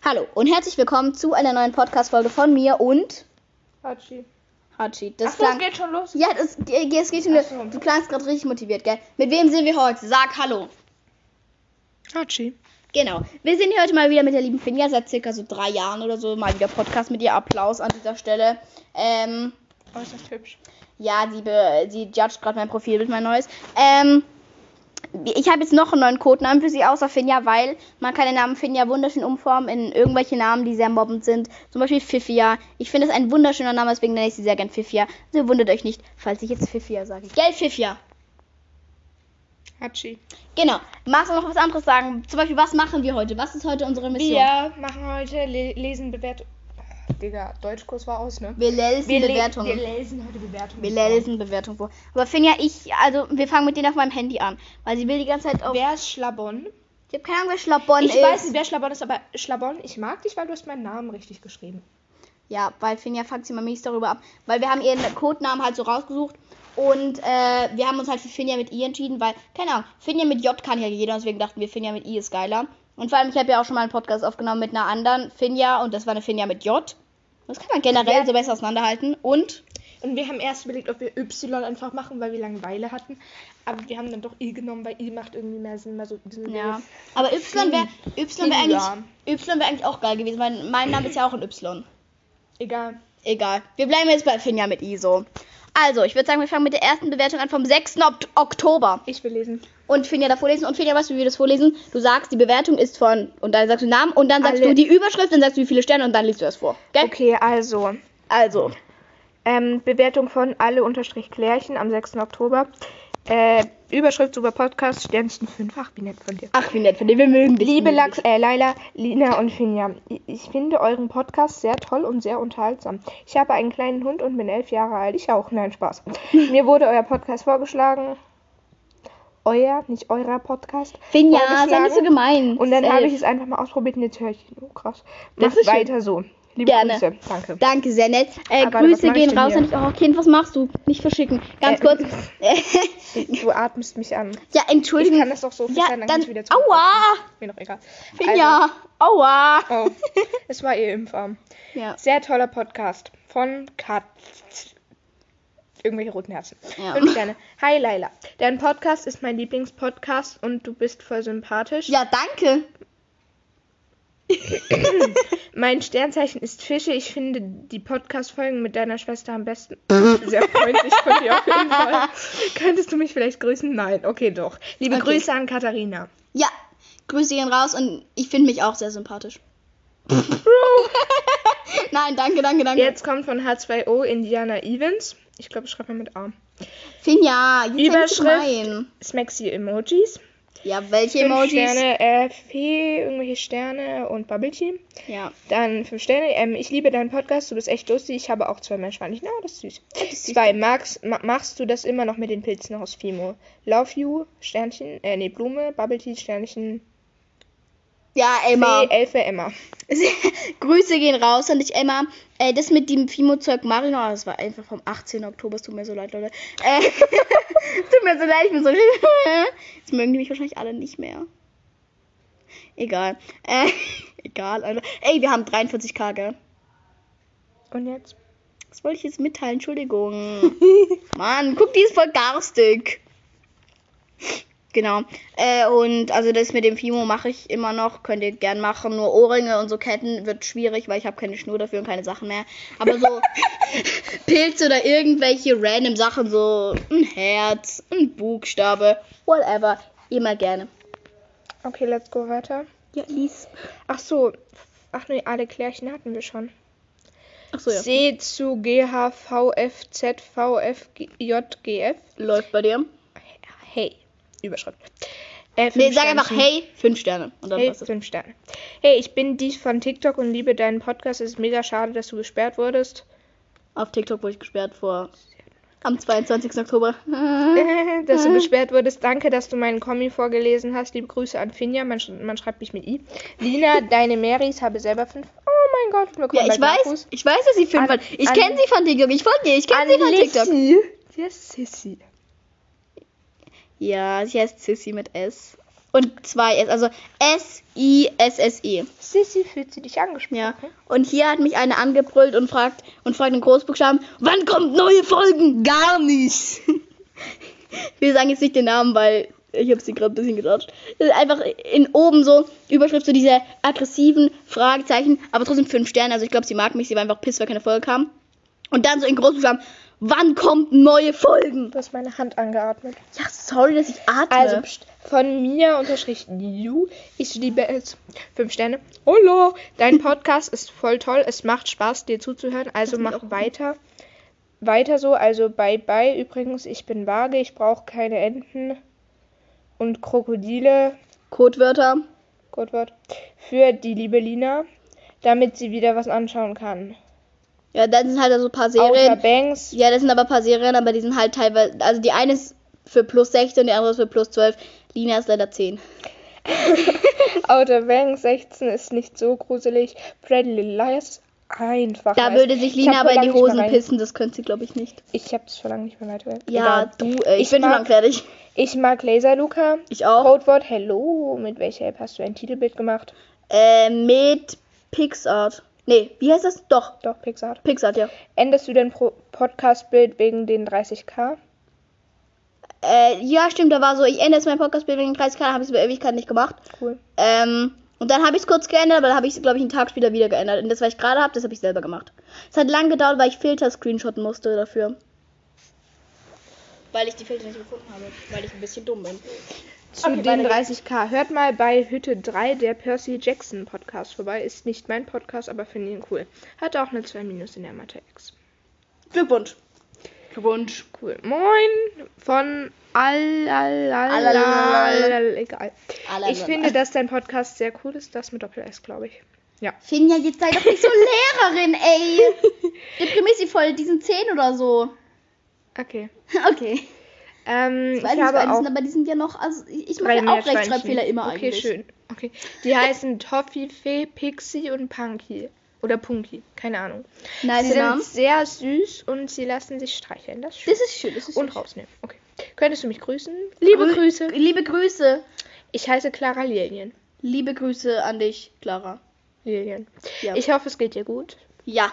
Hallo und herzlich willkommen zu einer neuen Podcast-Folge von mir und Hachi. Das geht schon los? Ja, es geht schon los. Du klangst gerade richtig motiviert, gell? Mit wem sind wir heute? Sag Hallo. Hachi. Genau. Wir sind hier heute mal wieder mit der lieben Finja, seit circa so 3 Jahren oder so. Mal wieder Podcast mit ihr. Applaus an dieser Stelle. Äußerst hübsch. Ja, sie judgt gerade mein Profilbild, mein neues. Ich habe jetzt noch einen neuen Codenamen für sie außer Finja, weil man kann den Namen Finja wunderschön umformen in irgendwelche Namen, die sehr mobbend sind. Zum Beispiel Fifia. Ich finde es ein wunderschöner Name, deswegen nenne ich sie sehr gern Fifia. Also wundert euch nicht, falls ich jetzt Fifia sage. Gell, Fifia? Hachi. Genau. Magst du noch was anderes sagen? Zum Beispiel, was machen wir heute? Was ist heute unsere Mission? Wir machen heute Lesen, Bewertung. Digga, Deutschkurs war aus, ne? Wir lesen Bewertungen. Wir lesen heute Bewertungen. Wir lesen Bewertungen vor. Aber Finja, wir fangen mit denen auf meinem Handy an. Weil sie will die ganze Zeit auf... Wer ist Schlabon? Ich habe keine Ahnung, wer Schlabon ist. Ich weiß nicht, wer Schlabon ist, aber Schlabon, ich mag dich, weil du hast meinen Namen richtig geschrieben. Ja, weil Finja fuckt sie mal mies darüber ab. Weil wir haben ihren Codenamen halt so rausgesucht. Und wir haben uns halt für Finja mit I entschieden, weil, keine Ahnung, Finja mit J kann ja jeder. Deswegen dachten wir, Finja mit I ist geiler. Und vor allem, ich habe ja auch schon mal einen Podcast aufgenommen mit einer anderen Finja. Und das war eine Finja mit J. Das kann man generell so besser auseinanderhalten. Und wir haben erst überlegt, ob wir Y einfach machen, weil wir Langeweile hatten. Aber wir haben dann doch I genommen, weil I macht irgendwie mehr Sinn. Mehr so ja, aber Y wäre eigentlich auch geil gewesen, weil mein Name ist ja auch ein Y. Egal. Wir bleiben jetzt bei Finja mit I so. Also, ich würde sagen, wir fangen mit der ersten Bewertung an vom 6. Oktober. Ich will lesen. Und Finja darf vorlesen. Und Finja, weißt du, wie wir das vorlesen? Du sagst, die Bewertung ist von... Und dann sagst du den Namen. Und dann sagst du die Überschrift. Dann sagst du, wie viele Sterne. Und dann liest du das vor. Gell? Okay, also. Bewertung von alle_Klärchen am 6. Oktober. Überschrift super Podcast, Sternchen 5. Ach, wie nett von dir. Wir mögen dich. Liebe Laila, Lina und Finja, ich finde euren Podcast sehr toll und sehr unterhaltsam. Ich habe einen kleinen Hund und bin 11 Jahre alt. Ich auch. Nein, Spaß. Mir wurde euer Podcast vorgeschlagen. Nicht eurer Podcast. Finja, sei nicht so gemein. Und dann habe ich es einfach mal ausprobiert und jetzt höre ich ihn. Oh, krass. Macht weiter so. Liebe Gerne. Grüße. Danke. Danke, sehr nett. Grüße gehen raus. Oh, Kind, was machst du? Nicht verschicken. Ganz kurz. Du atmest mich an. Ja, Entschuldigung. Ich kann das doch so dann kann ich wieder zurück. Aua! Mir noch egal. Finja, aua! Oh, es war Impfarm. Ja. Sehr toller Podcast von Kat. Irgendwelche roten Herzen. Ja. 5 Sterne. Hi Laila. Dein Podcast ist mein Lieblingspodcast und du bist voll sympathisch. Ja, danke. Mein Sternzeichen ist Fische. Ich finde die Podcast-Folgen mit deiner Schwester am besten. Sehr freundlich von dir auf jeden Fall. Könntest du mich vielleicht grüßen? Nein, okay, doch. Liebe Grüße an Katharina. Ja, Grüße gehen raus und ich finde mich auch sehr sympathisch. Nein, danke. Jetzt kommt von H2O Indiana Evans. Ich glaube, ich schreibe mal mit A. Finja, Überschrift Smexy-Emojis. Ja, welche 5 Emojis? Sterne, irgendwelche Sterne und Bubble Tea. Ja. Dann 5 Sterne. Ich liebe deinen Podcast, du bist echt lustig. Ich habe auch 2 Meerschweinchen. Das ist süß. 2. Machst du das immer noch mit den Pilzen aus Fimo? Love you, Sternchen, Blume, Bubble Tea, Sternchen. Ja, Emma. Elfe Emma. Grüße gehen raus an dich, Emma. Das mit dem Fimo-Zeug Mario, das war einfach vom 18. Oktober. Es tut mir so leid, Leute. Tut mir so leid, ich bin so... Jetzt mögen die mich wahrscheinlich alle nicht mehr. Egal. Egal, Alter. Ey, wir haben 43k, gell? Und jetzt? Was wollte ich jetzt mitteilen? Entschuldigung. Mann, guck, die ist voll garstig. Genau. Und also das mit dem Fimo mache ich immer noch. Könnt ihr gern machen. Nur Ohrringe und so Ketten wird schwierig, weil ich habe keine Schnur dafür und keine Sachen mehr. Aber so Pilze oder irgendwelche random Sachen, so ein Herz, ein Buchstabe, whatever. Immer gerne. Okay, let's go weiter. Ja, lies. Ach so. Ach nee, alle Klärchen hatten wir schon. Ach so, ja. C zu GHVFZVFJGF. Läuft bei dir. Hey. Überschrift. Nee, sag einfach hey, 5 Sterne. Und dann hey, 5 Sterne. Hey, ich bin die von TikTok und liebe deinen Podcast. Es ist mega schade, dass du gesperrt wurdest. Auf TikTok wurde ich gesperrt am 22. Oktober. Dass du gesperrt wurdest. Danke, dass du meinen Kommi vorgelesen hast. Liebe Grüße an Finja. Man schreibt mich mit I. Lina, deine Marys habe selber 5. Oh mein Gott. Ja, ich weiß, dass sie 5 hat. Ich kenne sie von TikTok. Ich folge ihr. Ich kenne sie von TikTok. Sie ist Sissy. Ja, sie heißt Sissy mit S. und 2 S, also S-I-S-S-E. Sissi, fühlt sie dich angesprochen? Ja. Und hier hat mich eine angebrüllt und fragt in Großbuchstaben, wann kommt neue Folgen? Gar nicht. Wir sagen jetzt nicht den Namen, weil ich habe sie gerade ein bisschen gedacht. Das ist einfach in oben so Überschrift, so diese aggressiven Fragezeichen, aber trotzdem 5 Sterne. Also ich glaube, sie mag mich, sie war einfach piss, weil keine Folge kam. Und dann so in Großbuchstaben, wann kommt neue Folgen? Du hast meine Hand angeatmet. Ja, sorry, dass ich atme. Also von mir unterstrichen you. Ich liebe es. 5 Sterne. Hallo. Dein Podcast ist voll toll. Es macht Spaß, dir zuzuhören. Also mach weiter. Weiter so. Also bye bye. Übrigens, ich bin vage. Ich brauche keine Enten und Krokodile. Codewörter. Codewort. Für die liebe Lina. Damit sie wieder was anschauen kann. Ja, das sind halt so ein paar Outer Serien. Banks. Ja, das sind aber ein paar Serien, aber die sind halt teilweise, also die eine ist für plus 16 und die andere ist für plus 12. Lina ist leider 10. Outer Banks 16 ist nicht so gruselig. Pretty Little Liars einfach. Da nice. würde sich Lina aber in die Hosen pissen, das könnte sie, glaube ich, nicht. Ich habe es schon lange nicht mehr weiter. Ja, Egal. ich bin schon lang fertig. Ich mag Laser Luca. Ich auch. Codewort Hello. Mit welcher App hast du ein Titelbild gemacht? Mit Pixart. Nee, wie heißt das? Doch, Pixart. Pixart, ja. Änderst du dein Podcast-Bild wegen den 30k? Ja, stimmt, da war so, ich ändere jetzt mein Podcast-Bild wegen 30k, habe ich es über Ewigkeit nicht gemacht. Cool. Und dann habe ich es kurz geändert, aber dann habe ich es, glaube ich, einen Tag später wieder geändert. Und das, was ich gerade habe, das habe ich selber gemacht. Es hat lange gedauert, weil ich Filter screenshotten musste dafür. Weil ich die Filter nicht gefunden habe, weil ich ein bisschen dumm bin. Zu den 30k. Hört mal bei Hütte 3 der Percy Jackson Podcast vorbei. Ist nicht mein Podcast, aber finde ihn cool. Hat auch eine 2- in der Mathe X. Glückwunsch. Cool. Moin von egal. Ich finde, dass dein Podcast sehr cool ist. Das mit Doppel-S, glaube ich. Ja. Finja, jetzt sei doch nicht so Lehrerin, ey. Deprimierst sie voll, die sind 10 oder so. Okay. Okay. Ich habe auch aber die sind ja noch, also ich mache ja auch Rechtschreibfehler immer eigentlich. Okay, schön. Okay. Die heißen Toffifee, Pixie und Punky. Oder Punky, keine Ahnung. Nice Sie Namen. sind sehr süß und sie lassen sich streicheln. Das ist schön. Das ist schön, das ist Und schön. rausnehmen. Okay. Könntest du mich grüßen? Liebe Grüße. Liebe Grüße. Ich heiße Clara Lilien. Liebe Grüße an dich, Clara. Lilien. Ja. Ich hoffe, es geht dir gut. Ja,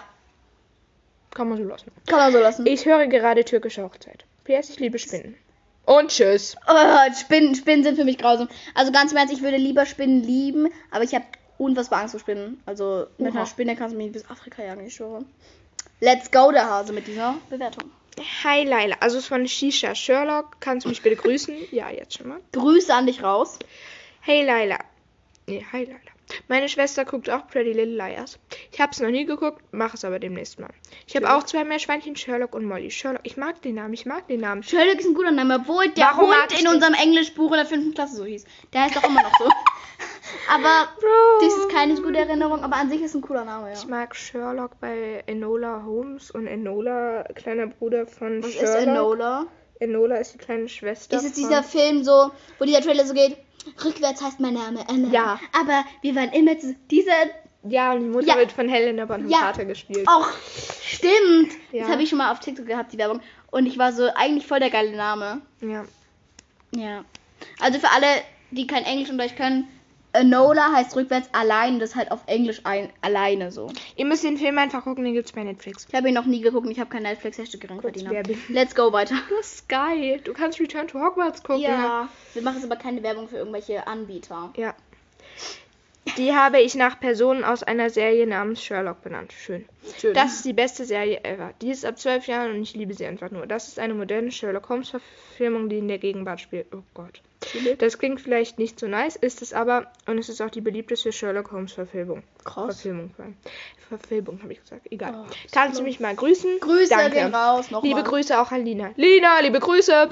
Kann man so lassen. kann man so lassen. Ich höre gerade türkische Hochzeit. PS, ich liebe Spinnen. Und tschüss. Spinnen sind für mich grausam. Also ganz im Ernst, ich würde lieber Spinnen lieben, aber ich habe unfassbar Angst vor Spinnen. Also mit einer Spinne kannst du mich bis Afrika jagen, ich schwöre. Let's go, der Hase, mit dieser Bewertung. Hi Laila, also es ist von Shisha Sherlock. Kannst du mich bitte grüßen? Ja, jetzt schon mal. Grüße an dich raus. Hey Laila. Nee, hi Laila. Meine Schwester guckt auch Pretty Little Liars. Ich habe es noch nie geguckt, mache es aber demnächst mal. Ich habe auch 2 Meerschweinchen, Sherlock und Molly. Sherlock, ich mag den Namen. Sherlock ist ein guter Name, obwohl der Warum mag Hund ich in den? unserem Englischbuch in der 5. Klasse so hieß. Der heißt doch immer noch so. Aber das ist keine so gute Erinnerung, aber an sich ist ein cooler Name, ja. Ich mag Sherlock bei Enola Holmes und Enola, kleiner Bruder von Was Sherlock. ist Enola? Enola ist die kleine Schwester. Ist es dieser Film so, wo dieser Trailer so geht, rückwärts heißt mein Name Ella. Ja. Aber wir waren immer dieser... Ja, und die Mutter Ja. wird von Helena Bonham Carter gespielt. Och, stimmt. Ja. Das habe ich schon mal auf TikTok gehabt, die Werbung. Und ich war so, eigentlich voll der geile Name. Ja. Ja. Also für alle, die kein Englisch und Deutsch können, Enola heißt rückwärts allein, das ist halt auf Englisch alleine so. Ihr müsst den Film einfach gucken, den gibt's bei Netflix. Ich habe ihn noch nie geguckt und ich habe kein Netflix-Hashtag verdient. Werbung. Let's go weiter. Das ist geil. Du kannst Return to Hogwarts gucken. Ja, wir machen jetzt aber keine Werbung für irgendwelche Anbieter. Ja. Die habe ich nach Personen aus einer Serie namens Sherlock benannt. Schön. Das ist die beste Serie ever. Die ist ab 12 Jahren und ich liebe sie einfach nur. Das ist eine moderne Sherlock Holmes Verfilmung, die in der Gegenwart spielt. Oh Gott. Das klingt vielleicht nicht so nice, ist es aber. Und es ist auch die beliebteste Sherlock Holmes Verfilmung. Krass. Verfilmung habe ich gesagt. Egal. Kannst du mich mal grüßen? Grüße Danke. gehen raus. Nochmal. Liebe Grüße auch an Lina. Lina, liebe Grüße.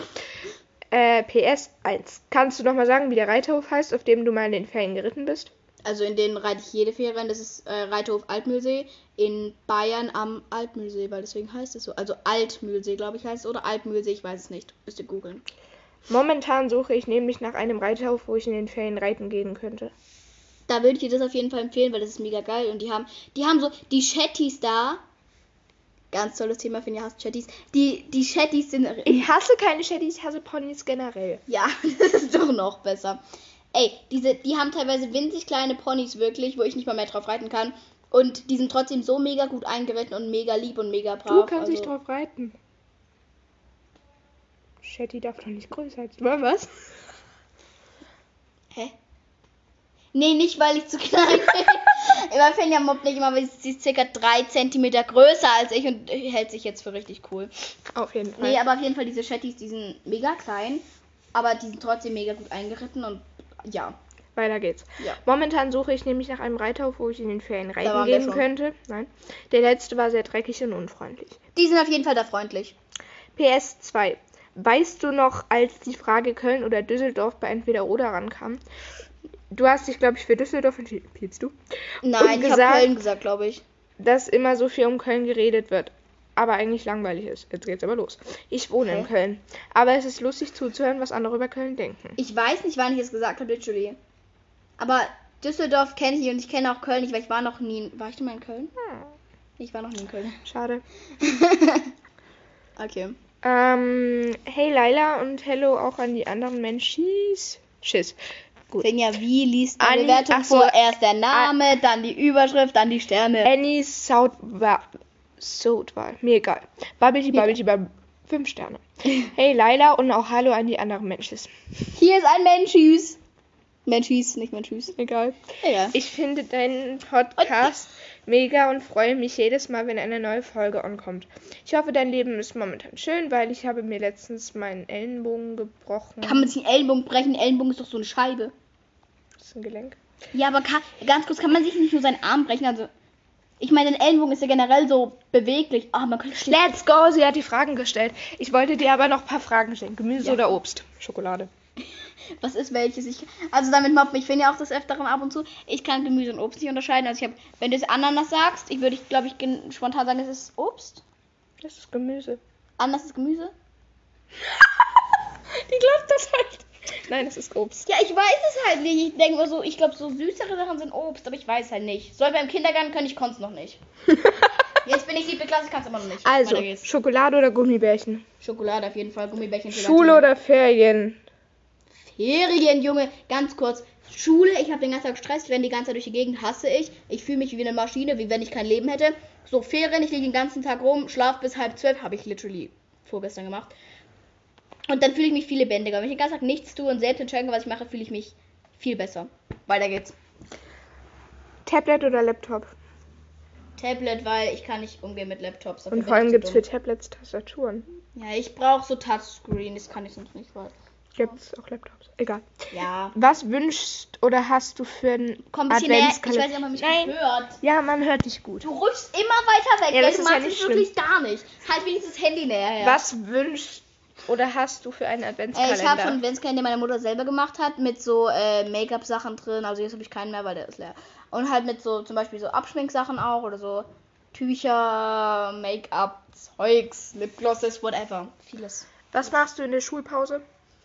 PS 1. Kannst du noch mal sagen, wie der Reiterhof heißt, auf dem du mal in den Ferien geritten bist? Also in denen reite ich jede Ferien. Das ist Reiterhof Altmühlsee in Bayern am Altmühlsee, weil deswegen heißt es so. Also Altmühlsee, glaube ich, heißt es. Oder Altmühlsee, ich weiß es nicht. Müsst ihr googeln. Momentan suche ich nämlich nach einem Reiterhof, wo ich in den Ferien reiten gehen könnte. Da würde ich dir das auf jeden Fall empfehlen, weil das ist mega geil. Und die haben so die Chattis da. Ganz tolles Thema, finde ich, hasst Chattis. Die Chattis sind... Ich hasse keine Chattis, ich hasse Ponys generell. Ja, das ist doch noch besser. Ey, die haben teilweise winzig kleine Ponys wirklich, wo ich nicht mal mehr drauf reiten kann. Und die sind trotzdem so mega gut eingeritten und mega lieb und mega brav. Du kannst nicht drauf reiten. Shetty darf doch nicht größer als du. Was? Hä? Nee, nicht weil ich zu klein bin. Immer Finja mobbt nicht immer, weil sie ist circa 3 Zentimeter größer als ich und hält sich jetzt für richtig cool. Auf jeden Fall. Nee, aber auf jeden Fall diese Shettys, die sind mega klein, aber die sind trotzdem mega gut eingeritten und ja. Weiter geht's. Ja. Momentan suche ich nämlich nach einem Reiterhof, wo ich in den Ferien Da reiten waren wir gehen schon. könnte. Nein. Der letzte war sehr dreckig und unfreundlich. Die sind auf jeden Fall da freundlich. PS 2. Weißt du noch, als die Frage Köln oder Düsseldorf bei entweder oder rankam? Du hast dich, glaube ich, für Düsseldorf entschieden. Piepst du? Nein, ich habe Köln gesagt, glaube ich. Dass immer so viel um Köln geredet wird, aber eigentlich langweilig ist. Jetzt geht's aber los. Ich wohne in Köln, aber es ist lustig zuzuhören, was andere über Köln denken. Ich weiß nicht, wann ich es gesagt habe, literally. Aber Düsseldorf kenne ich und ich kenne auch Köln nicht, weil ich war noch nie... War ich denn mal in Köln? Ich war noch nie in Köln. Schade. Okay. Hey Laila und hello auch an die anderen Menschis. Tschüss. Gut. Finja, wie liest man Anni, Bewertung ach so, vor? Erst der Name, dann die Überschrift, dann die Sterne. Annie Southwahl. Mir egal. Bubble 5 Sterne. Hey Laila und auch hallo an die anderen Menschis. Hier ist ein Menschis. Menschis, nicht Menschis. Egal. Egal. Ich finde deinen Podcast mega und freue mich jedes Mal, wenn eine neue Folge ankommt. Ich hoffe, dein Leben ist momentan schön, weil ich habe mir letztens meinen Ellenbogen gebrochen. Kann man sich den Ellenbogen brechen? Ellenbogen ist doch so eine Scheibe. Das ist ein Gelenk. Ja, aber ganz kurz, kann man sich nicht nur seinen Arm brechen? Also, ich meine, ein Ellenbogen ist ja generell so beweglich. Ah, man könnte Let's go, sie hat die Fragen gestellt. Ich wollte dir aber noch ein paar Fragen stellen. Gemüse oder Obst? Schokolade. Was ist welches? Also damit mobbt mich Finja auch des Öfteren ab und zu. Ich kann Gemüse und Obst nicht unterscheiden. Also wenn du es Ananas sagst, würde ich, glaube ich, spontan sagen, es ist Obst. Das ist Gemüse. Ananas ist Gemüse? Die glaubt das halt. Nein, es ist Obst. Ja, ich weiß es halt nicht. Ich denke mal so, ich glaube so süßere Sachen sind Obst, aber ich weiß halt nicht. Soll beim Kindergarten können, ich konnte es noch nicht. Jetzt bin ich 7. Klasse, kann es immer noch nicht. Also, Weiter geht's. Schokolade oder Gummibärchen? Schokolade auf jeden Fall, Gummibärchen. Schule oder Ferien? Ferien, Junge, ganz kurz. Schule, ich habe den ganzen Tag Stress, ich renne die ganze Zeit durch die Gegend, hasse ich. Ich fühle mich wie eine Maschine, wie wenn ich kein Leben hätte. So, Ferien, ich liege den ganzen Tag rum, schlaf bis 11:30, habe ich literally vorgestern gemacht. Und dann fühle ich mich viel lebendiger. Wenn ich den ganzen Tag nichts tue und selbst entscheide, was ich mache, fühle ich mich viel besser. Weiter geht's. Tablet oder Laptop? Tablet, weil ich kann nicht umgehen mit Laptops. Und vor allem gibt es für Tablets Tastaturen. Ja, ich brauche so Touchscreen, das kann ich sonst nicht, weil... Gibt es auch Laptops? Egal. Ja. Was wünschst oder hast du für einen Komm ein bisschen näher. Ich Adventskalender? weiß nicht, ob man mich gut hört. Ja, man hört dich gut. Du rutschst immer weiter weg. Ja, das du ist ja machst nicht es wirklich gar nicht. Halt wenigstens das Handy näher her. Was wünschst oder hast du für einen Adventskalender? Ich habe schon einen Adventskalender, den meine Mutter selber gemacht hat, mit so Make-up-Sachen drin. Also jetzt habe ich keinen mehr, weil der ist leer. Und halt mit so zum Beispiel so Abschminksachen auch oder so Tücher, Make-up, Zeugs, Lipglosses, whatever. Vieles. Was machst du in der Schulpause?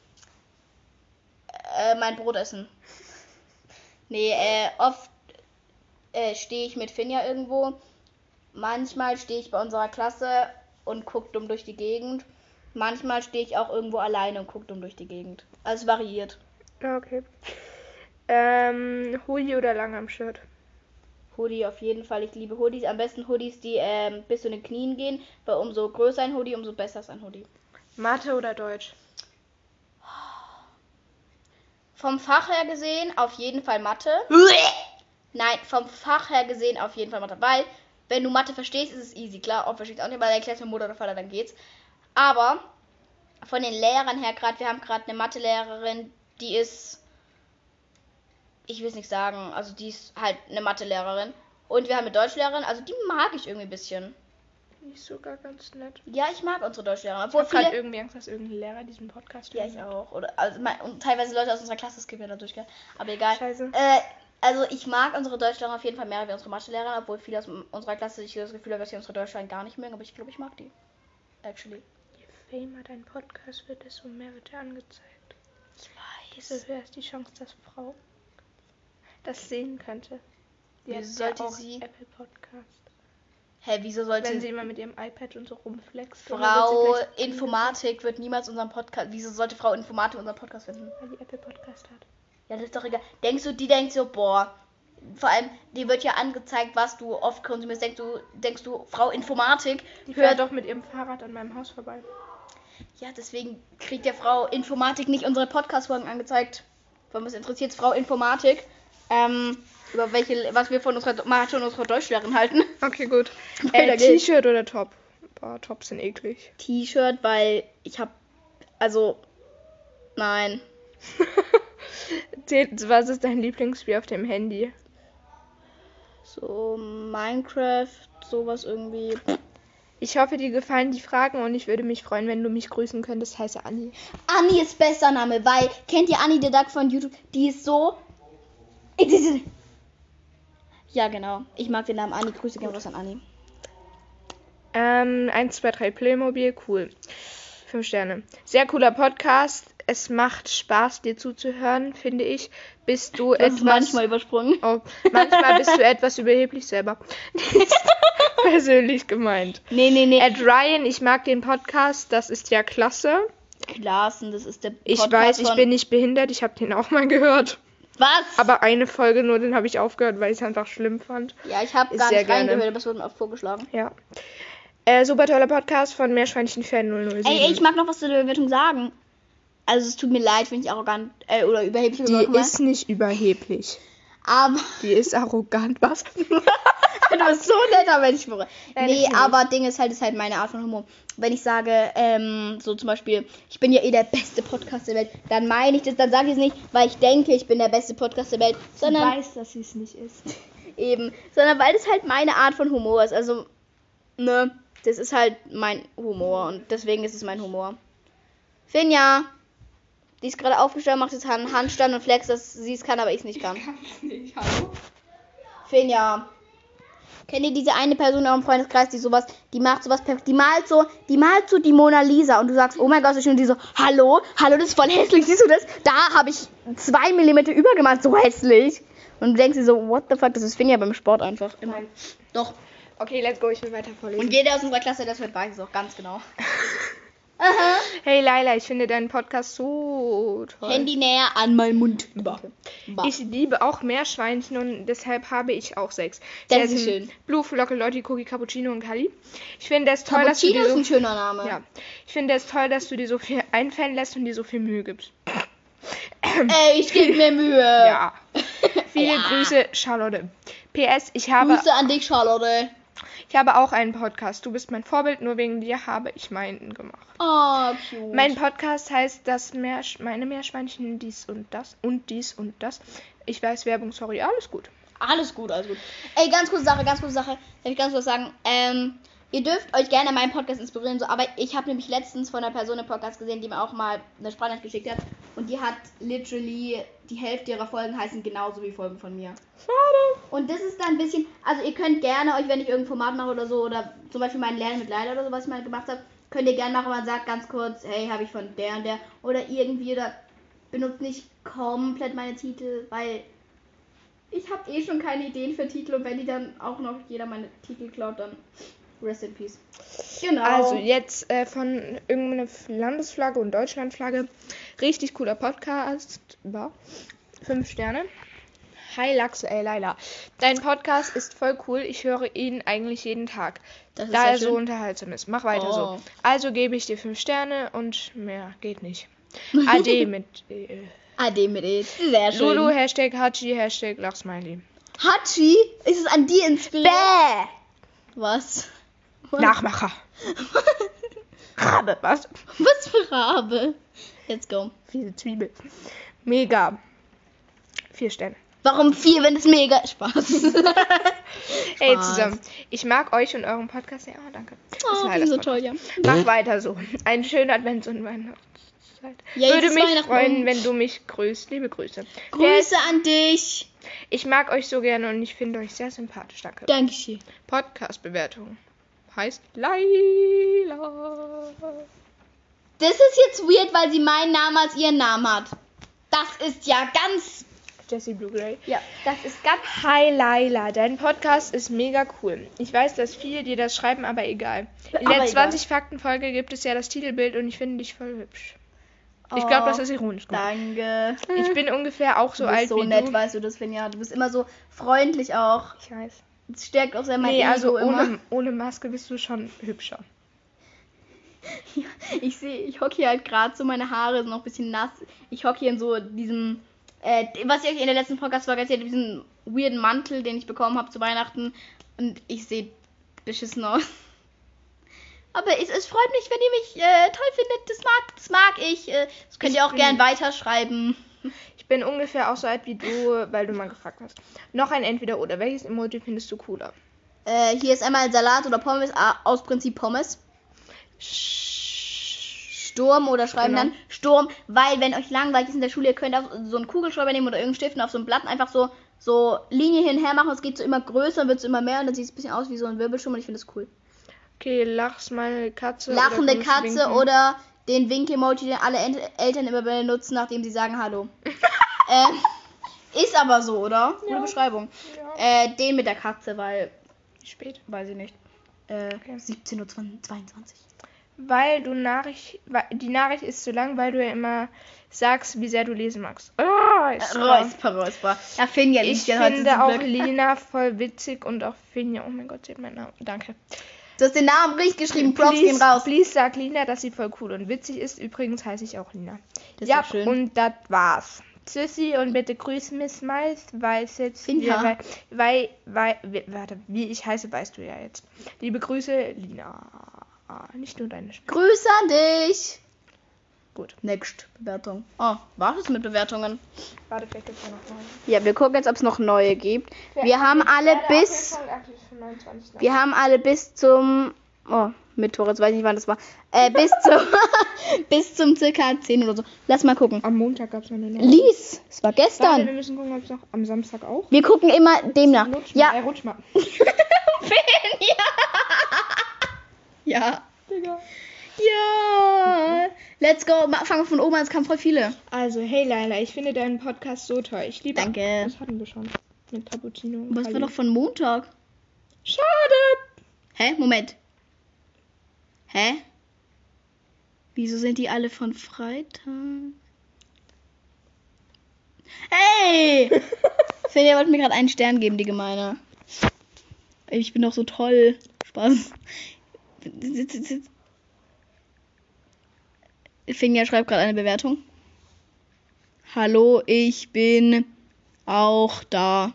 Mein Brot essen. Nee, oft stehe ich mit Finja irgendwo. Manchmal stehe ich bei unserer Klasse und gucke dumm durch die Gegend. Manchmal stehe ich auch irgendwo alleine und gucke dumm durch die Gegend. Also es variiert. Okay. Hoodie oder Langarm-Shirt? Hoodie auf jeden Fall. Ich liebe Hoodies. Am besten Hoodies, die bis zu den Knien gehen. Weil umso größer ein Hoodie, umso besser ist ein Hoodie. Mathe oder Deutsch? Vom Fach her gesehen auf jeden Fall Mathe. Nein, vom Fach her gesehen auf jeden Fall Mathe. Weil, wenn du Mathe verstehst, ist es easy. Klar, ob verstehst du auch nicht, weil dann erklärst du mir Mutter oder Vater, dann geht's. Aber von den Lehrern her gerade, wir haben gerade eine Mathelehrerin, die ist, ich will es nicht sagen, also die ist halt eine Mathelehrerin. Und wir haben eine Deutschlehrerin, also die mag ich irgendwie ein bisschen. Nicht sogar ganz nett. Ja, ich mag unsere Deutschlehrerin. Ich habe gerade irgendwie Angst, dass irgendein Lehrer diesen Podcast hört. Ja, ich auch. Oder, also, und teilweise Leute aus unserer Klasse skippen ja da durch, aber egal. Scheiße. Also ich mag unsere Deutschlehrerin auf jeden Fall mehr als unsere Mathelehrerin, obwohl viele aus unserer Klasse ich das Gefühl habe, dass sie unsere Deutschlehrerin gar nicht mögen, aber ich glaube, ich mag die. Actually. Je famer dein Podcast wird, desto mehr wird er angezeigt. Ich weiß. Desto höher ist die Chance, dass Frau das sehen könnte. Die Wieso hat sollte auch sie? Apple Podcast. Hä, wieso sollte Wenn sie immer mit ihrem iPad und so rumflext. Frau Informatik wird niemals unseren Podcast... Wieso sollte Frau Informatik unseren Podcast finden? Weil die Apple Podcast hat. Ja, das ist doch egal. Die denkt so, boah. Vor allem, dir wird ja angezeigt, was du oft konsumierst. Denkst du, Frau Informatik Die fährt doch mit ihrem Fahrrad an meinem Haus vorbei. Ja, deswegen kriegt der Frau Informatik nicht unsere Podcast-Folgen angezeigt. Weil uns interessiert Frau Informatik. Über was wir von unserer Deutschlehrerin halten. Okay, gut. Weiter geht's. T-Shirt oder Top? Boah, Tops sind eklig. T-Shirt, weil ich hab. Also. Nein. Was ist dein Lieblingsspiel auf dem Handy? So, Minecraft, sowas irgendwie. Ich hoffe, dir gefallen die Fragen und ich würde mich freuen, wenn du mich grüßen könntest. Heiße Anni. Anni ist bester Name, weil, kennt ihr Anni the Duck von YouTube? Die ist so. Ja, genau. Ich mag den Namen Anni. Grüße gerne raus an Anni. 1, 2, 3 Playmobil, cool. 5 Sterne. Sehr cooler Podcast. Es macht Spaß, dir zuzuhören, finde ich. Bist du etwas... manchmal übersprungen. Oh, manchmal bist du etwas überheblich selber. Persönlich gemeint. Nee. Ed Ryan, ich mag den Podcast, das ist ja klasse. Klassen, das ist der Podcast Ich weiß, ich bin nicht behindert, ich habe den auch mal gehört. Was? Aber eine Folge nur, den habe ich aufgehört, weil ich es einfach schlimm fand. Ja, ich habe gar nicht reingehört, aber es wurde mir oft vorgeschlagen. Ja. Super toller Podcast von Meerschweinchen Fan 007. Ey, ich mag noch was zu der Bewertung sagen. Also es tut mir leid, wenn ich arrogant oder überheblich Die ist nicht überheblich. Aber die ist arrogant, was? Du bist so netter Mensch. Nee, das aber Ding ist halt meine Art von Humor. Wenn ich sage, so zum Beispiel, ich bin ja der beste Podcast der Welt, dann meine ich das, dann sage ich es nicht, weil ich denke, ich bin der beste Podcast der Welt, sondern... Ich weiß, dass sie es nicht ist. Eben, sondern weil das halt meine Art von Humor ist. Also, ne, das ist halt mein Humor und deswegen ist es mein Humor. Finja, die ist gerade aufgestanden, macht jetzt einen Handstand und flex, dass sie es kann, aber ich es nicht kann. Ich kann's nicht, hallo? Finja. Kennt ihr diese eine Person in eurem Freundeskreis, die macht sowas perfekt, die malt so die Mona Lisa und du sagst, oh mein Gott, so schön, und die so, hallo, das ist voll hässlich, siehst du das? Da habe ich 2 mm übergemalt, so hässlich. Und du denkst dir so, what the fuck, das ist Finja beim Sport einfach. Immer. Nein. Doch. Okay, let's go, ich will weiter vorlesen. Und jeder aus unserer Klasse, der das hört, weiß es auch ganz genau. Aha. Hey Laila, ich finde deinen Podcast so toll. Handy näher an meinen Mund. Ich liebe auch Meerschweinchen und deshalb habe ich auch 6. Das ist schön. Blue, Flocke, Lotti, Cookie, Cappuccino und Kali. Ich finde es toll, dass du Cappuccino dir ist so... ein schöner Name. Ja. Ich finde es toll, dass du dir so viel einfallen lässt und dir so viel Mühe gibst. Ey, ich gebe mir Mühe. Ja. Viele Grüße, Charlotte. PS, Grüße an dich, Charlotte. Ich habe auch einen Podcast. Du bist mein Vorbild, nur wegen dir habe ich meinen gemacht. Oh, cute. Mein Podcast heißt meine Meerschweinchen dies und das und dies und das. Ich weiß, Werbung, sorry, alles gut. Alles gut. Ey, ganz kurze Sache. Darf ich ganz kurz sagen? Ihr dürft euch gerne an meinem Podcast inspirieren, so, aber ich habe nämlich letztens von einer Person einen Podcast gesehen, die mir auch mal eine Sprachnachricht geschickt hat. Und die hat literally die Hälfte ihrer Folgen heißen genauso wie Folgen von mir. Schade. Und das ist dann ein bisschen, also ihr könnt gerne euch, wenn ich irgendein Format mache oder so, oder zum Beispiel mein Lernen mit Leila oder so, was ich mal gemacht habe, könnt ihr gerne machen, man sagt ganz kurz, hey, habe ich von der und der, oder irgendwie, oder benutzt nicht komplett meine Titel, weil ich habe eh schon keine Ideen für Titel und wenn die dann auch noch jeder meine Titel klaut, dann rest in peace. Genau. Also jetzt von irgendeiner Landesflagge und Deutschlandflagge. Richtig cooler Podcast. War 5 Sterne. Hi Lachse, ey Laila. Dein Podcast ist voll cool. Ich höre ihn eigentlich jeden Tag. Das ist da sehr er so schön. unterhaltsam ist. Mach weiter Oh. so. Also gebe ich dir 5 Sterne und mehr geht nicht. Ade mit Ade mit E. Sehr schön. Lulu, Hashtag Hachi, Hashtag Lachsmiley. Hachi? Ist es an die inspiriert? Was? Nachmacher. Rabe, was? Was für Rabe? Let's go. Fiese Zwiebel. Mega. 4 Sterne. Warum 4, wenn es mega Spaß? Hey zusammen. Ich mag euch und euren Podcast. Ja, danke. Das Oh, ist die leider sind so das toll, ja. Mach weiter so. Einen schönen Advents- und Weihnachtszeit. Ja, Würde jetzt mich Weihnachten. freuen, wenn du mich grüßt. Liebe Grüße. Grüße an dich. Ich mag euch so gerne und ich finde euch sehr sympathisch. Danke. Dankeschön. Podcast-Bewertung. Heißt Laila. Das ist jetzt weird, weil sie meinen Namen als ihren Namen hat. Das ist ja ganz... Jessie Blue Grey. Ja, das ist ganz... Hi Laila, dein Podcast ist mega cool. Ich weiß, dass viele dir das schreiben, aber egal. In der Aber egal. 20-Fakten-Folge gibt es ja das Titelbild und ich finde dich voll hübsch. Ich glaube, das ist ironisch gemeint. Danke. Ich bin ungefähr auch so Du bist alt so wie nett, du. weißt du das, Finja. Du bist immer so freundlich auch. Ich weiß. Das stärkt auch sehr mein Nee, Ego also immer. ohne Maske bist du schon hübscher. Ich hocke hier halt gerade so, meine Haare sind noch ein bisschen nass. Ich hocke hier in so diesem, was ich euch in der letzten Podcast-Folge erzählt habe, diesen weirden Mantel, den ich bekommen habe zu Weihnachten. Und ich sehe beschissen aus. Aber es freut mich, wenn ihr mich toll findet. Das mag ich. Das könnt ihr auch gern weiterschreiben. Ich bin ungefähr auch so alt wie du, weil du mal gefragt hast. Noch ein Entweder-Oder. Welches Emoji findest du cooler? Hier ist einmal Salat oder Pommes. Aus Prinzip Pommes. Sturm oder schreiben Genau. dann Sturm, weil wenn euch langweilig ist in der Schule, ihr könnt auf so einen Kugelschreiber nehmen oder irgendeinen Stift und auf so einem Blatt einfach so Linie hin und her machen. Es geht so immer größer, wird so immer mehr und dann sieht es ein bisschen aus wie so ein Wirbelsturm und ich finde das cool. Okay, Lachsmile, Katze. Lachende oder Katze Winken. oder den Wink-Emoji, den alle Eltern immer benutzen, nachdem sie sagen Hallo. Ist aber so, oder? Gute Ja. Beschreibung. Ja. Den mit der Katze, weil, Wie spät? weiß ich nicht. 17:22 Uhr. Weil die Nachricht ist zu lang, weil du ja immer sagst, wie sehr du lesen magst. Oh, Räusper. Ja, Finja ich liest ja heute finde zum auch Glück. Lina voll witzig und auch Finja. Oh mein Gott, seht meinen Namen. Danke. Du hast den Namen richtig geschrieben, Props gehen raus. Please sag Lina, dass sie voll cool und witzig ist. Übrigens heiße ich auch Lina. Das ist Ja, doch schön. und das war's. Tschüssi und bitte grüß Miss Miles, weiß jetzt Finja. warte, wie ich heiße, weißt du ja jetzt. Liebe Grüße, Lina. Nicht nur deine Schwester. Grüße an dich. Gut. Next, Bewertung. Oh, war das mit Bewertungen? Warte, vielleicht gibt's ja noch neue. Ja, wir gucken jetzt, ob es noch neue gibt. Wir haben alle bis zum... Oh, Mittwoch, jetzt weiß ich nicht, wann das war. Bis zum circa 10 oder so. Lass mal gucken. Am Montag gab's noch eine neue. Lies, es war Warte, gestern. wir müssen gucken, ob es noch am Samstag auch. Wir gucken immer demnach. Rutsch mal, Ja. rutsch mal. Ja. Digga. Ja. Let's go. Fangen wir von oben an, es kamen voll viele. Also, hey Laila, ich finde deinen Podcast so toll. Ich liebe... Danke. Das hatten wir schon. Mit Cappuccino und Was war Kali. doch von Montag? Schade. Hä? Moment. Hä? Wieso sind die alle von Freitag? Hey! Finja wollte mir gerade einen Stern geben, die Gemeine. Ich bin doch so toll. Spaß. Finja schreibt gerade eine Bewertung. Hallo, ich bin auch da.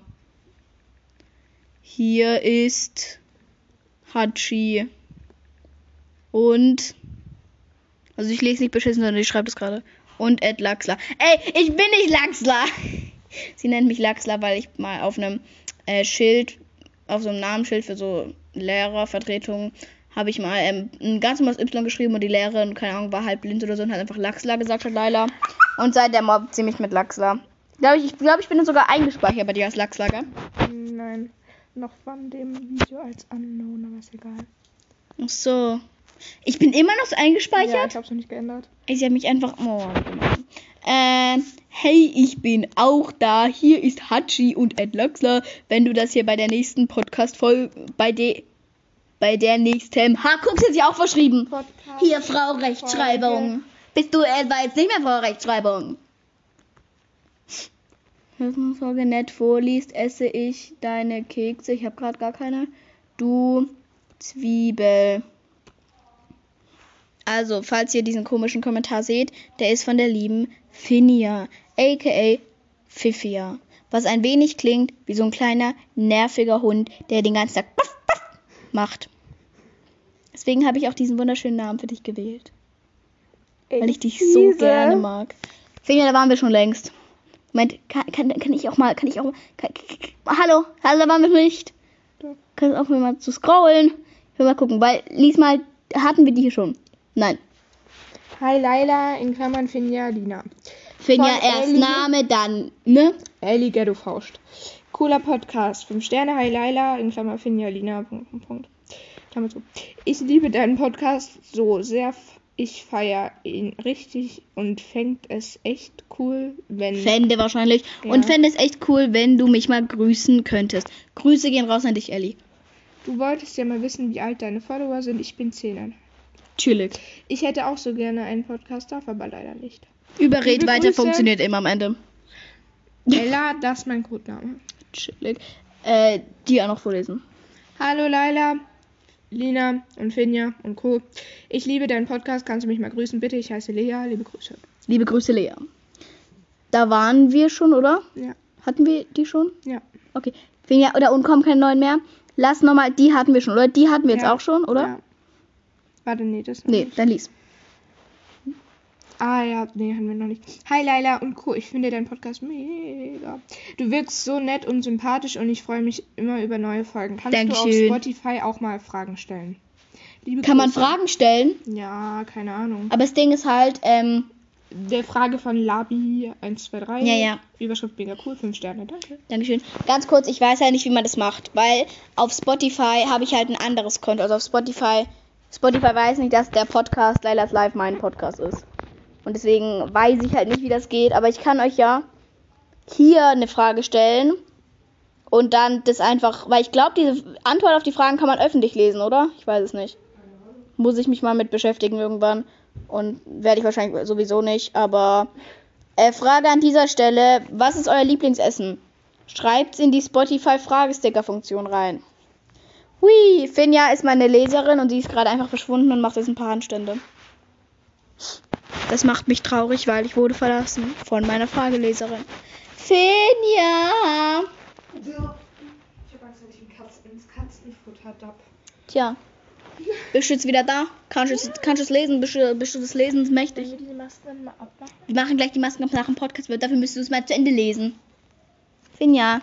Hier ist Hachi. Und... Also ich lese nicht beschissen, sondern ich schreibe das gerade. Und Ed Laxler. Ey, ich bin nicht Laxler. Sie nennt mich Laxler, weil ich mal auf einem Schild, auf so einem Namensschild für so Lehrervertretungen, habe ich mal ein ganz normales Y geschrieben und die Lehrerin, keine Ahnung, war halb blind oder so und hat einfach Laxler gesagt, hat Laila. Und seitdem mobbt sie mich mit Laxler. Ich glaube, ich bin dann sogar eingespeichert bei dir als Laxler, gell? Nein, noch von dem Video als Unknown, aber ist egal. Ach so. Ich bin immer noch so eingespeichert? Ja, ich hab's noch nicht geändert. Ich habe mich einfach... Oh, hey, ich bin auch da. Hier ist Hachi und Ed Laxler. Wenn du das hier bei der nächsten Podcast-Folge... Bei der nächsten... guck's jetzt ja auch verschrieben. Podcast Hier, Frau Rechtschreibung. Bist du etwa jetzt nicht mehr Frau Rechtschreibung? Folge nett vorliest, esse ich deine Kekse. Ich habe gerade gar keine. Du Zwiebel. Also, falls ihr diesen komischen Kommentar seht, der ist von der lieben Finja, aka Fifia. Was ein wenig klingt wie so ein kleiner, nerviger Hund, der den ganzen Tag puff, puff macht. Deswegen habe ich auch diesen wunderschönen Namen für dich gewählt. Weil ich dich so gerne mag. Finja, da waren wir schon längst. Moment, kann ich auch mal... Hallo, da waren wir nicht. Doch. Kannst auch mal zu scrollen. Ich will mal gucken, weil lies mal, hatten wir die hier schon? Nein. Hi Laila, in Klammern Finja, Lina. Finja Von erst Ellie. Name, dann, ne? Ellie, du Faust. Cooler Podcast. 5 Sterne, hi Laila, in Klammern Finja, Lina, Punkt. Klammer zu. Ich liebe deinen Podcast so sehr. Ich feiere ihn richtig und fände es echt cool, wenn... Fände wahrscheinlich. Ja. Und fände es echt cool, wenn du mich mal grüßen könntest. Grüße gehen raus an dich, Ellie. Du wolltest ja mal wissen, wie alt deine Follower sind. Ich bin 10. Chillig. Ich hätte auch so gerne einen Podcast, darf aber leider nicht. Überred Liebe weiter Grüße. funktioniert immer am Ende. Ella, das ist mein Codename. Chillig. Die auch noch vorlesen. Hallo Laila, Lina und Finja und Co. Ich liebe deinen Podcast. Kannst du mich mal grüßen, bitte? Ich heiße Lea. Liebe Grüße. Liebe Grüße, Lea. Da waren wir schon, oder? Ja. Hatten wir die schon? Ja. Okay. Finja, oder und kommen keine neuen mehr. Lass nochmal, die hatten wir schon, oder? Die hatten wir jetzt Ja. auch schon, oder? Ja. Warte, nee, das noch Nee, nicht. dann lies. Ah ja, nee, haben wir noch nicht. Hi Laila und Co. Ich finde deinen Podcast mega. Du wirkst so nett und sympathisch und ich freue mich immer über neue Folgen. Kannst du Dankeschön. auf Spotify auch mal Fragen stellen? Liebe Kann man Grüße. Fragen stellen, Ja, keine Ahnung. aber das Ding ist halt, Der Frage von Labi123. Ja. Überschrift mega cool, 5 Sterne, danke. Dankeschön. Ganz kurz, ich weiß ja nicht, wie man das macht, weil auf Spotify habe ich halt ein anderes Konto. Also auf Spotify weiß nicht, dass der Podcast Lailas Live mein Podcast ist. Und deswegen weiß ich halt nicht, wie das geht. Aber ich kann euch ja hier eine Frage stellen und dann das einfach, weil ich glaube, diese Antwort auf die Fragen kann man öffentlich lesen, oder? Ich weiß es nicht. Muss ich mich mal mit beschäftigen irgendwann. Und werde ich wahrscheinlich sowieso nicht. Aber Frage an dieser Stelle. Was ist euer Lieblingsessen? Schreibt's in die Spotify-Fragesticker-Funktion rein. Hui, Finja ist meine Leserin und sie ist gerade einfach verschwunden und macht jetzt ein paar Handstände. Das macht mich traurig, weil ich wurde verlassen von meiner Frageleserin. Finja! Ich habe Angst, dass ich ins Katzenfutter hab. Tja. Bist du jetzt wieder da? Kannst du es lesen? Bist du des Lesens mächtig? Wollen wir diese Masken mal abmachen? Wir machen gleich die Masken nach dem Podcast. Dafür müsstest du es mal zu Ende lesen. Finja.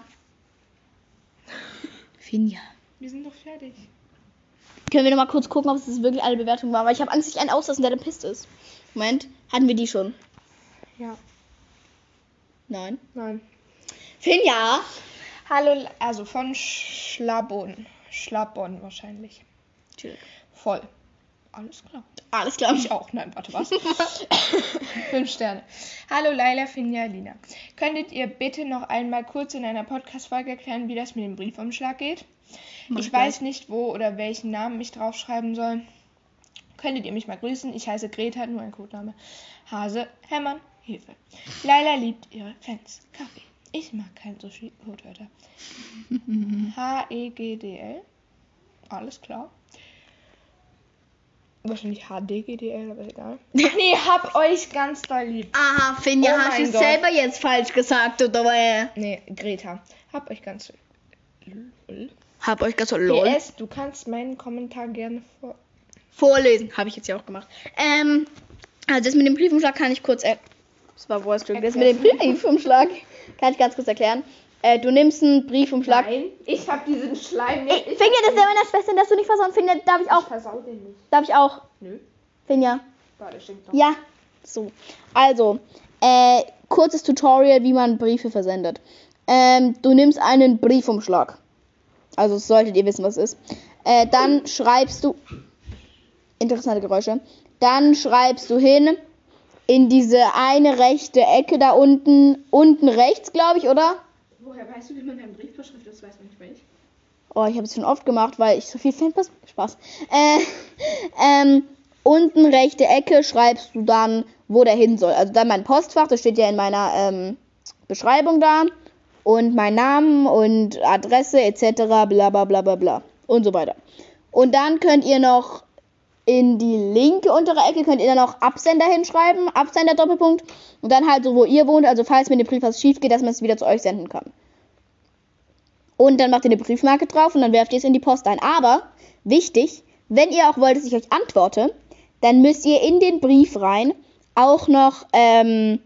Finja. Wir sind doch fertig. Können wir noch mal kurz gucken, ob es wirklich alle Bewertungen waren. Weil ich habe Angst, dass ich einen auslassen, der dann pisst ist. Moment. Hatten wir die schon? Ja. Nein. Nein. Finja. Hallo, also von Schlabon. Schlabon wahrscheinlich. Voll. Alles klar. Alles klar. Ich auch. Nein, warte, was? 5 Sterne. Hallo Laila, Finja, Lina. Könntet ihr bitte noch einmal kurz in einer Podcast-Folge erklären, wie das mit dem Briefumschlag geht? Ich weiß nicht, wo oder welchen Namen ich draufschreiben soll. Könntet ihr mich mal grüßen? Ich heiße Greta, nur ein Codename. Hase, Hermann, Hilfe. Laila liebt ihre Fans. Kaffee. Ich mag kein Sushi-Codewörter. H-E-G-D-L. Alles klar. Wahrscheinlich HDGDL, aber egal. Nee, hab euch ganz doll lieb. Aha, Finja, Oh hast du mein es Gott. selber jetzt falsch gesagt, oder? Nee, Greta. Hab euch ganz doll. Hab euch ganz lol. PS, du kannst meinen Kommentar gerne Vorlesen. Habe ich jetzt ja auch gemacht. Also das mit dem Briefumschlag kann ich kurz das war Worststück. Das mit dem Briefumschlag kann ich ganz kurz erklären. Du nimmst einen Briefumschlag. Nein, ich hab diesen Schleim nicht. Finja, das ist der meiner Schwester, dass du nicht versauen. Finja, darf ich auch? Versau den nicht. Darf ich auch? Nö. Finja. Warte, stimmt doch. Ja. So. Also, kurzes Tutorial, wie man Briefe versendet. Du nimmst einen Briefumschlag. Also solltet ihr wissen, was es ist. Dann schreibst du... Interessante Geräusche. Dann schreibst du hin in diese eine rechte Ecke da unten. Unten rechts, glaube ich, oder? Woher weißt du, wie man einen Brief beschriftet? Das weiß man nicht, weil ich. Oh, ich habe es schon oft gemacht, weil ich so viel Fanpost... Spaß. Unten rechte Ecke schreibst du dann, wo der hin soll. Also dann mein Postfach, das steht ja in meiner Beschreibung da. Und mein Namen und Adresse etc. bla bla bla bla bla. Und so weiter. Und dann könnt ihr noch in die linke untere Ecke könnt ihr dann noch Absender hinschreiben. Absender Doppelpunkt. Und dann halt so, wo ihr wohnt. Also falls mit dem Brief was schief geht, dass man es wieder zu euch senden kann. Und dann macht ihr eine Briefmarke drauf und dann werft ihr es in die Post ein. Aber, wichtig, wenn ihr auch wollt, dass ich euch antworte, dann müsst ihr in den Brief rein auch noch einen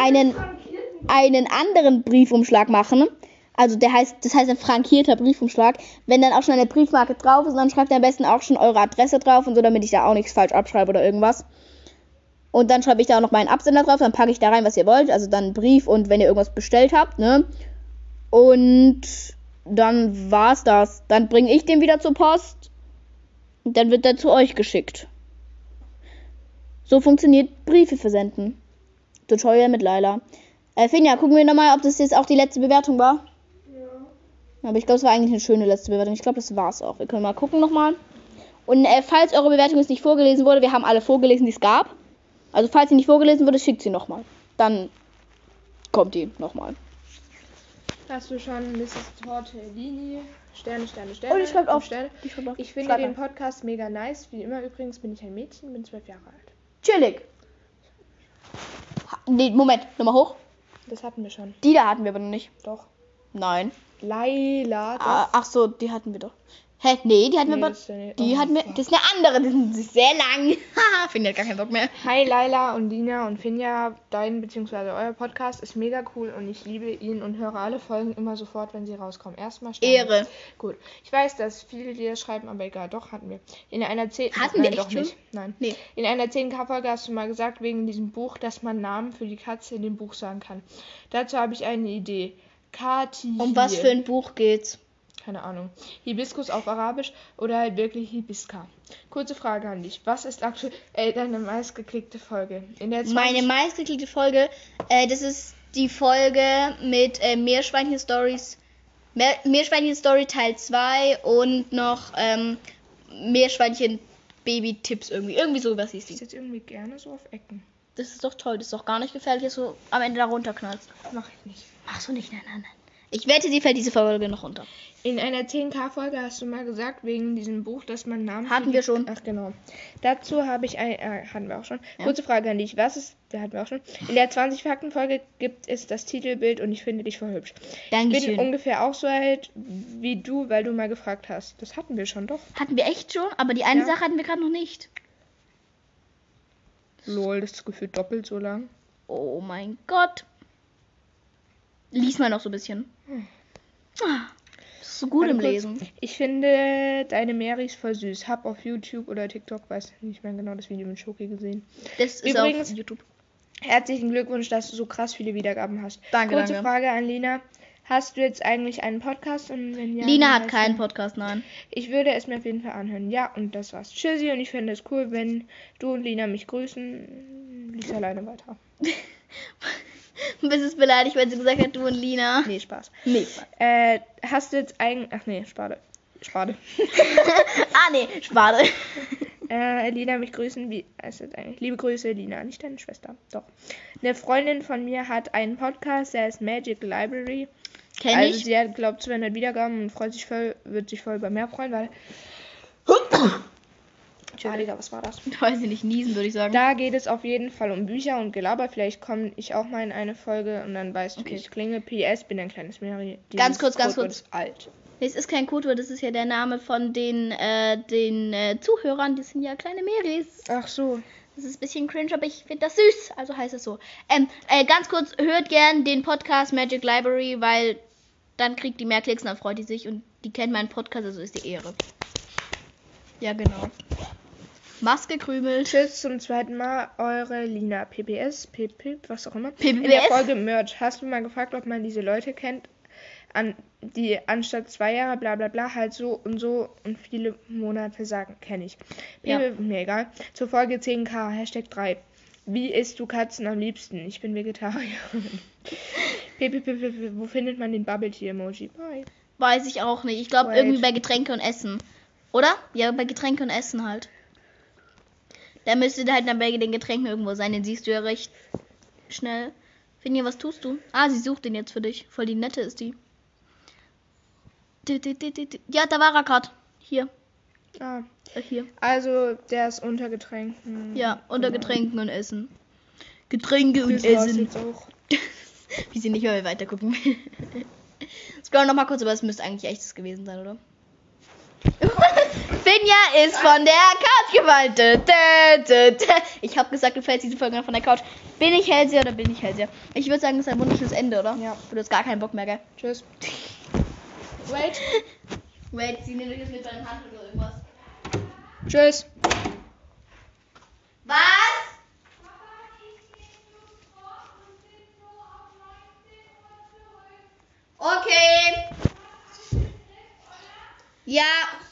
anderen Briefumschlag machen. Also das heißt ein frankierter Briefumschlag. Wenn dann auch schon eine Briefmarke drauf ist, dann schreibt ihr am besten auch schon eure Adresse drauf und so, damit ich da auch nichts falsch abschreibe oder irgendwas. Und dann schreibe ich da auch noch meinen Absender drauf, dann packe ich da rein, was ihr wollt. Also dann einen Brief und wenn ihr irgendwas bestellt habt, ne? Und dann war's das. Dann bringe ich den wieder zur Post und dann wird der zu euch geschickt. So funktioniert Briefe versenden. Tutorial mit Laila. Finja, gucken wir nochmal, ob das jetzt auch die letzte Bewertung war. Ja. Aber ich glaube, es war eigentlich eine schöne letzte Bewertung. Ich glaube, das war's auch. Wir können mal gucken nochmal. Und falls eure Bewertung jetzt nicht vorgelesen wurde, wir haben alle vorgelesen, die es gab. Also falls sie nicht vorgelesen wurde, schickt sie nochmal. Dann kommt die nochmal. Hast du schon Mrs. Tortellini? Sterne. Oh, die schreibt auf. Sterne. Die schreibt auf. Ich finde Schreib den mal. Podcast mega nice. Wie immer übrigens bin ich ein Mädchen, bin 12 Jahre alt. Chillig. Nee, Moment, nochmal hoch. Das hatten wir schon. Die da hatten wir aber noch nicht. Doch. Nein. Laila. Ach so, die hatten wir doch. Hä? Nee, die hatten wir aber. das ist ja nicht- Die oh, hatten wir. fuck. Das ist eine andere, die sind sehr lang. Haha, finde ich gar keinen Bock mehr. Hi Laila und Lina und Finja, dein bzw. euer Podcast ist mega cool und ich liebe ihn und höre alle Folgen immer sofort, wenn sie rauskommen. Erstmal Sterne. Ehre. Gut. Ich weiß, dass viele dir das schreiben, aber egal, doch, hatten wir. In einer 10. Hatten wir Nein, echt doch schon? nicht. Nein. Nee. In einer 10K-Folge hast du mal gesagt, wegen diesem Buch, dass man Namen für die Katze in dem Buch sagen kann. Dazu habe ich eine Idee. Kati. Um was für ein Buch geht's? Keine Ahnung. Hibiskus auf Arabisch oder halt wirklich Hibiska. Kurze Frage an dich. Was ist aktuell deine meistgeklickte Folge? In der 20 Meine meistgeklickte Folge, das ist die Folge mit Meerschweinchen-Stories. Meerschweinchen-Story Teil 2 und noch Meerschweinchen-Baby-Tipps irgendwie. Irgendwie sowas hieß Ich die. sitze irgendwie gerne so auf Ecken. Das ist doch toll, das ist doch gar nicht gefährlich, dass du am Ende da runterknallst. Mach ich nicht. Machst du nicht, nein. Ich wette, dir fällt diese Folge noch runter. In einer 10K-Folge hast du mal gesagt, wegen diesem Buch, dass man Namen... Hatten wir schon. Ach, genau. Dazu habe ich hatten wir auch schon. Ja. Kurze Frage an dich. Da hatten wir auch schon. In der 20-Fakten-Folge gibt es das Titelbild und ich finde dich voll hübsch. Ich bin Dankeschön. ungefähr auch so alt wie du, weil du mal gefragt hast. Das hatten wir schon, doch. Hatten wir echt schon, aber die eine Ja. Sache hatten wir gerade noch nicht. Lol, das ist gefühlt doppelt so lang. Oh mein Gott. Lies mal noch so ein bisschen. Ah, das ist so gut Warte im kurz. Lesen. Ich finde deine Meris voll süß. Hab auf YouTube oder TikTok, weiß nicht mehr genau, das Video mit Schoki gesehen. Das ist Übrigens- auf YouTube. Herzlichen Glückwunsch, dass du so krass viele Wiedergaben hast. Danke, Kurze danke. Frage an Lina. Hast du jetzt eigentlich einen Podcast? Und wenn ja, Lina wie hat heißt keinen er? Podcast, nein. Ich würde es mir auf jeden Fall anhören. Ja, und das war's. Tschüssi, und ich finde es cool, wenn du und Lina mich grüßen. Lies alleine weiter. Du bist es beleidigt, wenn sie gesagt hat, du und Lina. Nee, Spaß. Nee. Hast du jetzt eigentlich... Ach nee, Spade. Ah, nee, Spade. Lina mich grüßen. Wie heißt das eigentlich? Liebe Grüße, Lina. Nicht deine Schwester. Doch. Eine Freundin von mir hat einen Podcast, der ist Magic Library. Kenn Also ich. sie hat, glaube ich, 200 Wiedergaben und wird sich voll über mehr freuen, weil... Entschuldigung, was war das? Weiß ich nicht, niesen würde ich sagen. Da geht es auf jeden Fall um Bücher und Gelaber. Vielleicht komme ich auch mal in eine Folge und dann weißt du, wie Okay. ich klinge. PS, bin ein kleines Mary. Ganz kurz. Ist alt. Nee, es ist kein Codewort, das ist ja der Name von den Zuhörern. Die sind ja kleine Meris. Ach so. Das ist ein bisschen cringe, aber ich finde das süß. Also heißt es so. Ganz kurz, hört gern den Podcast Magic Library, weil dann kriegt die mehr Klicks und dann freut die sich und die kennt meinen Podcast, also ist die Ehre. Ja, genau. Maske krümelt. Tschüss zum zweiten Mal, eure Lina. PPS, PP, was auch immer. PPS? In der Folge Merch. Hast du mal gefragt, ob man diese Leute kennt, die anstatt 2 Jahre bla bla bla halt so und viele Monate sagen, kenne ich. Ja. Mir egal. Zur Folge 10K, Hashtag 3. Wie isst du Katzen am liebsten? Ich bin Vegetarier. Wo findet man den Bubble Tea Emoji? Bye. Weiß ich auch nicht. Ich glaube Wait. irgendwie bei Getränke und Essen. Oder? Ja, bei Getränke und Essen halt. Da müsste halt dann bei den Getränken irgendwo sein. Den siehst du ja recht schnell. Finja, was tust du? Ah, sie sucht den jetzt für dich. Voll die nette ist die. Ja, da war er gerade. Hier. Ah, Hier. also der ist unter Getränken. Ja, unter Getränken und Essen. Getränke und Das war's Essen. jetzt auch. Wie sie nicht mehr weiter gucken. Scroll noch mal kurz, aber es müsste eigentlich echtes gewesen sein, oder? Finja ist von der Couch gefallen. Ich habe gesagt, du fällst diese Folge noch von der Couch. Bin ich Hellseher oder bin ich Hellseher? Ich würde sagen, das ist ein wunderschönes Ende, oder? Ja. Du hast gar keinen Bock mehr, gell? Tschüss. Wait. Wait, sie nimmt das mit deinem Hand oder irgendwas. Tschüss. Was? Okay. Ja.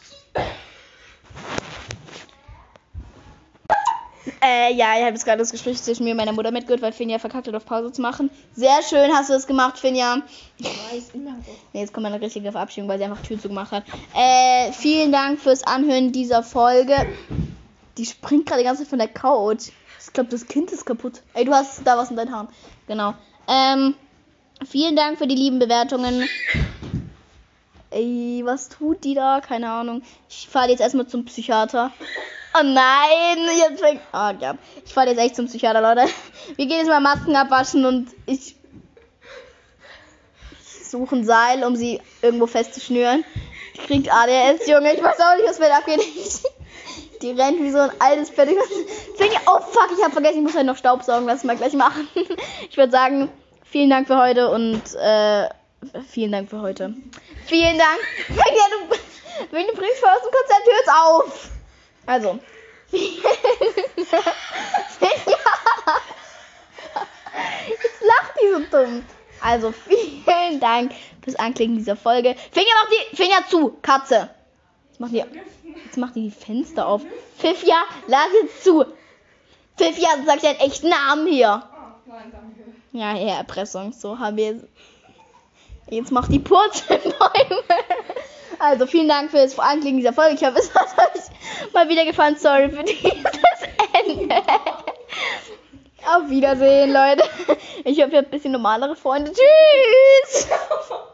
Ja, ich habe jetzt gerade das Gespräch zwischen mir und meiner Mutter mitgehört, weil Finja verkackt hat, auf Pause zu machen. Sehr schön hast du das gemacht, Finja. Ich weiß immer so. Ne, jetzt kommt eine richtige Verabschiedung, weil sie einfach Tür zugemacht hat. Vielen Dank fürs Anhören dieser Folge. Die springt gerade die ganze Zeit von der Couch. Ich glaube, das Kind ist kaputt. Ey, du hast da was in deinen Haaren. Genau. Vielen Dank für die lieben Bewertungen. Ey, was tut die da? Keine Ahnung. Ich fahre jetzt erstmal zum Psychiater. Oh nein, jetzt fängt... Ah, ja. Ich fahre jetzt echt zum Psychiater, Leute. Wir gehen jetzt mal Masken abwaschen und ich suche ein Seil, um sie irgendwo festzuschnüren. Die kriegt ADS, Junge. Ich weiß auch nicht, was mir da abgeht. Die rennt wie so ein altes Pferd. Oh fuck, ich habe vergessen, ich muss halt noch Staubsaugen. Lass mal gleich machen. Ich würde sagen, vielen Dank für heute und vielen Dank für heute. Vielen Dank. Wenn du bringst vor aus dem Konzert, hör jetzt auf. Also. Jetzt lacht die so dumm. Also, vielen Dank fürs Anklicken dieser Folge. Finger zu, Katze. Jetzt macht die Fenster auf. Pfiffia, lass jetzt zu. Pfiffia, sag deinen echten Namen hier. Nein, danke. Ja, Erpressung. So haben wir. Jetzt macht die Purzelbäume. Also, vielen Dank fürs Anklicken dieser Folge. Ich hoffe, es hat euch mal wieder gefallen. Sorry für das Ende. Auf Wiedersehen, Leute. Ich hoffe, ihr habt ein bisschen normalere Freunde. Tschüss.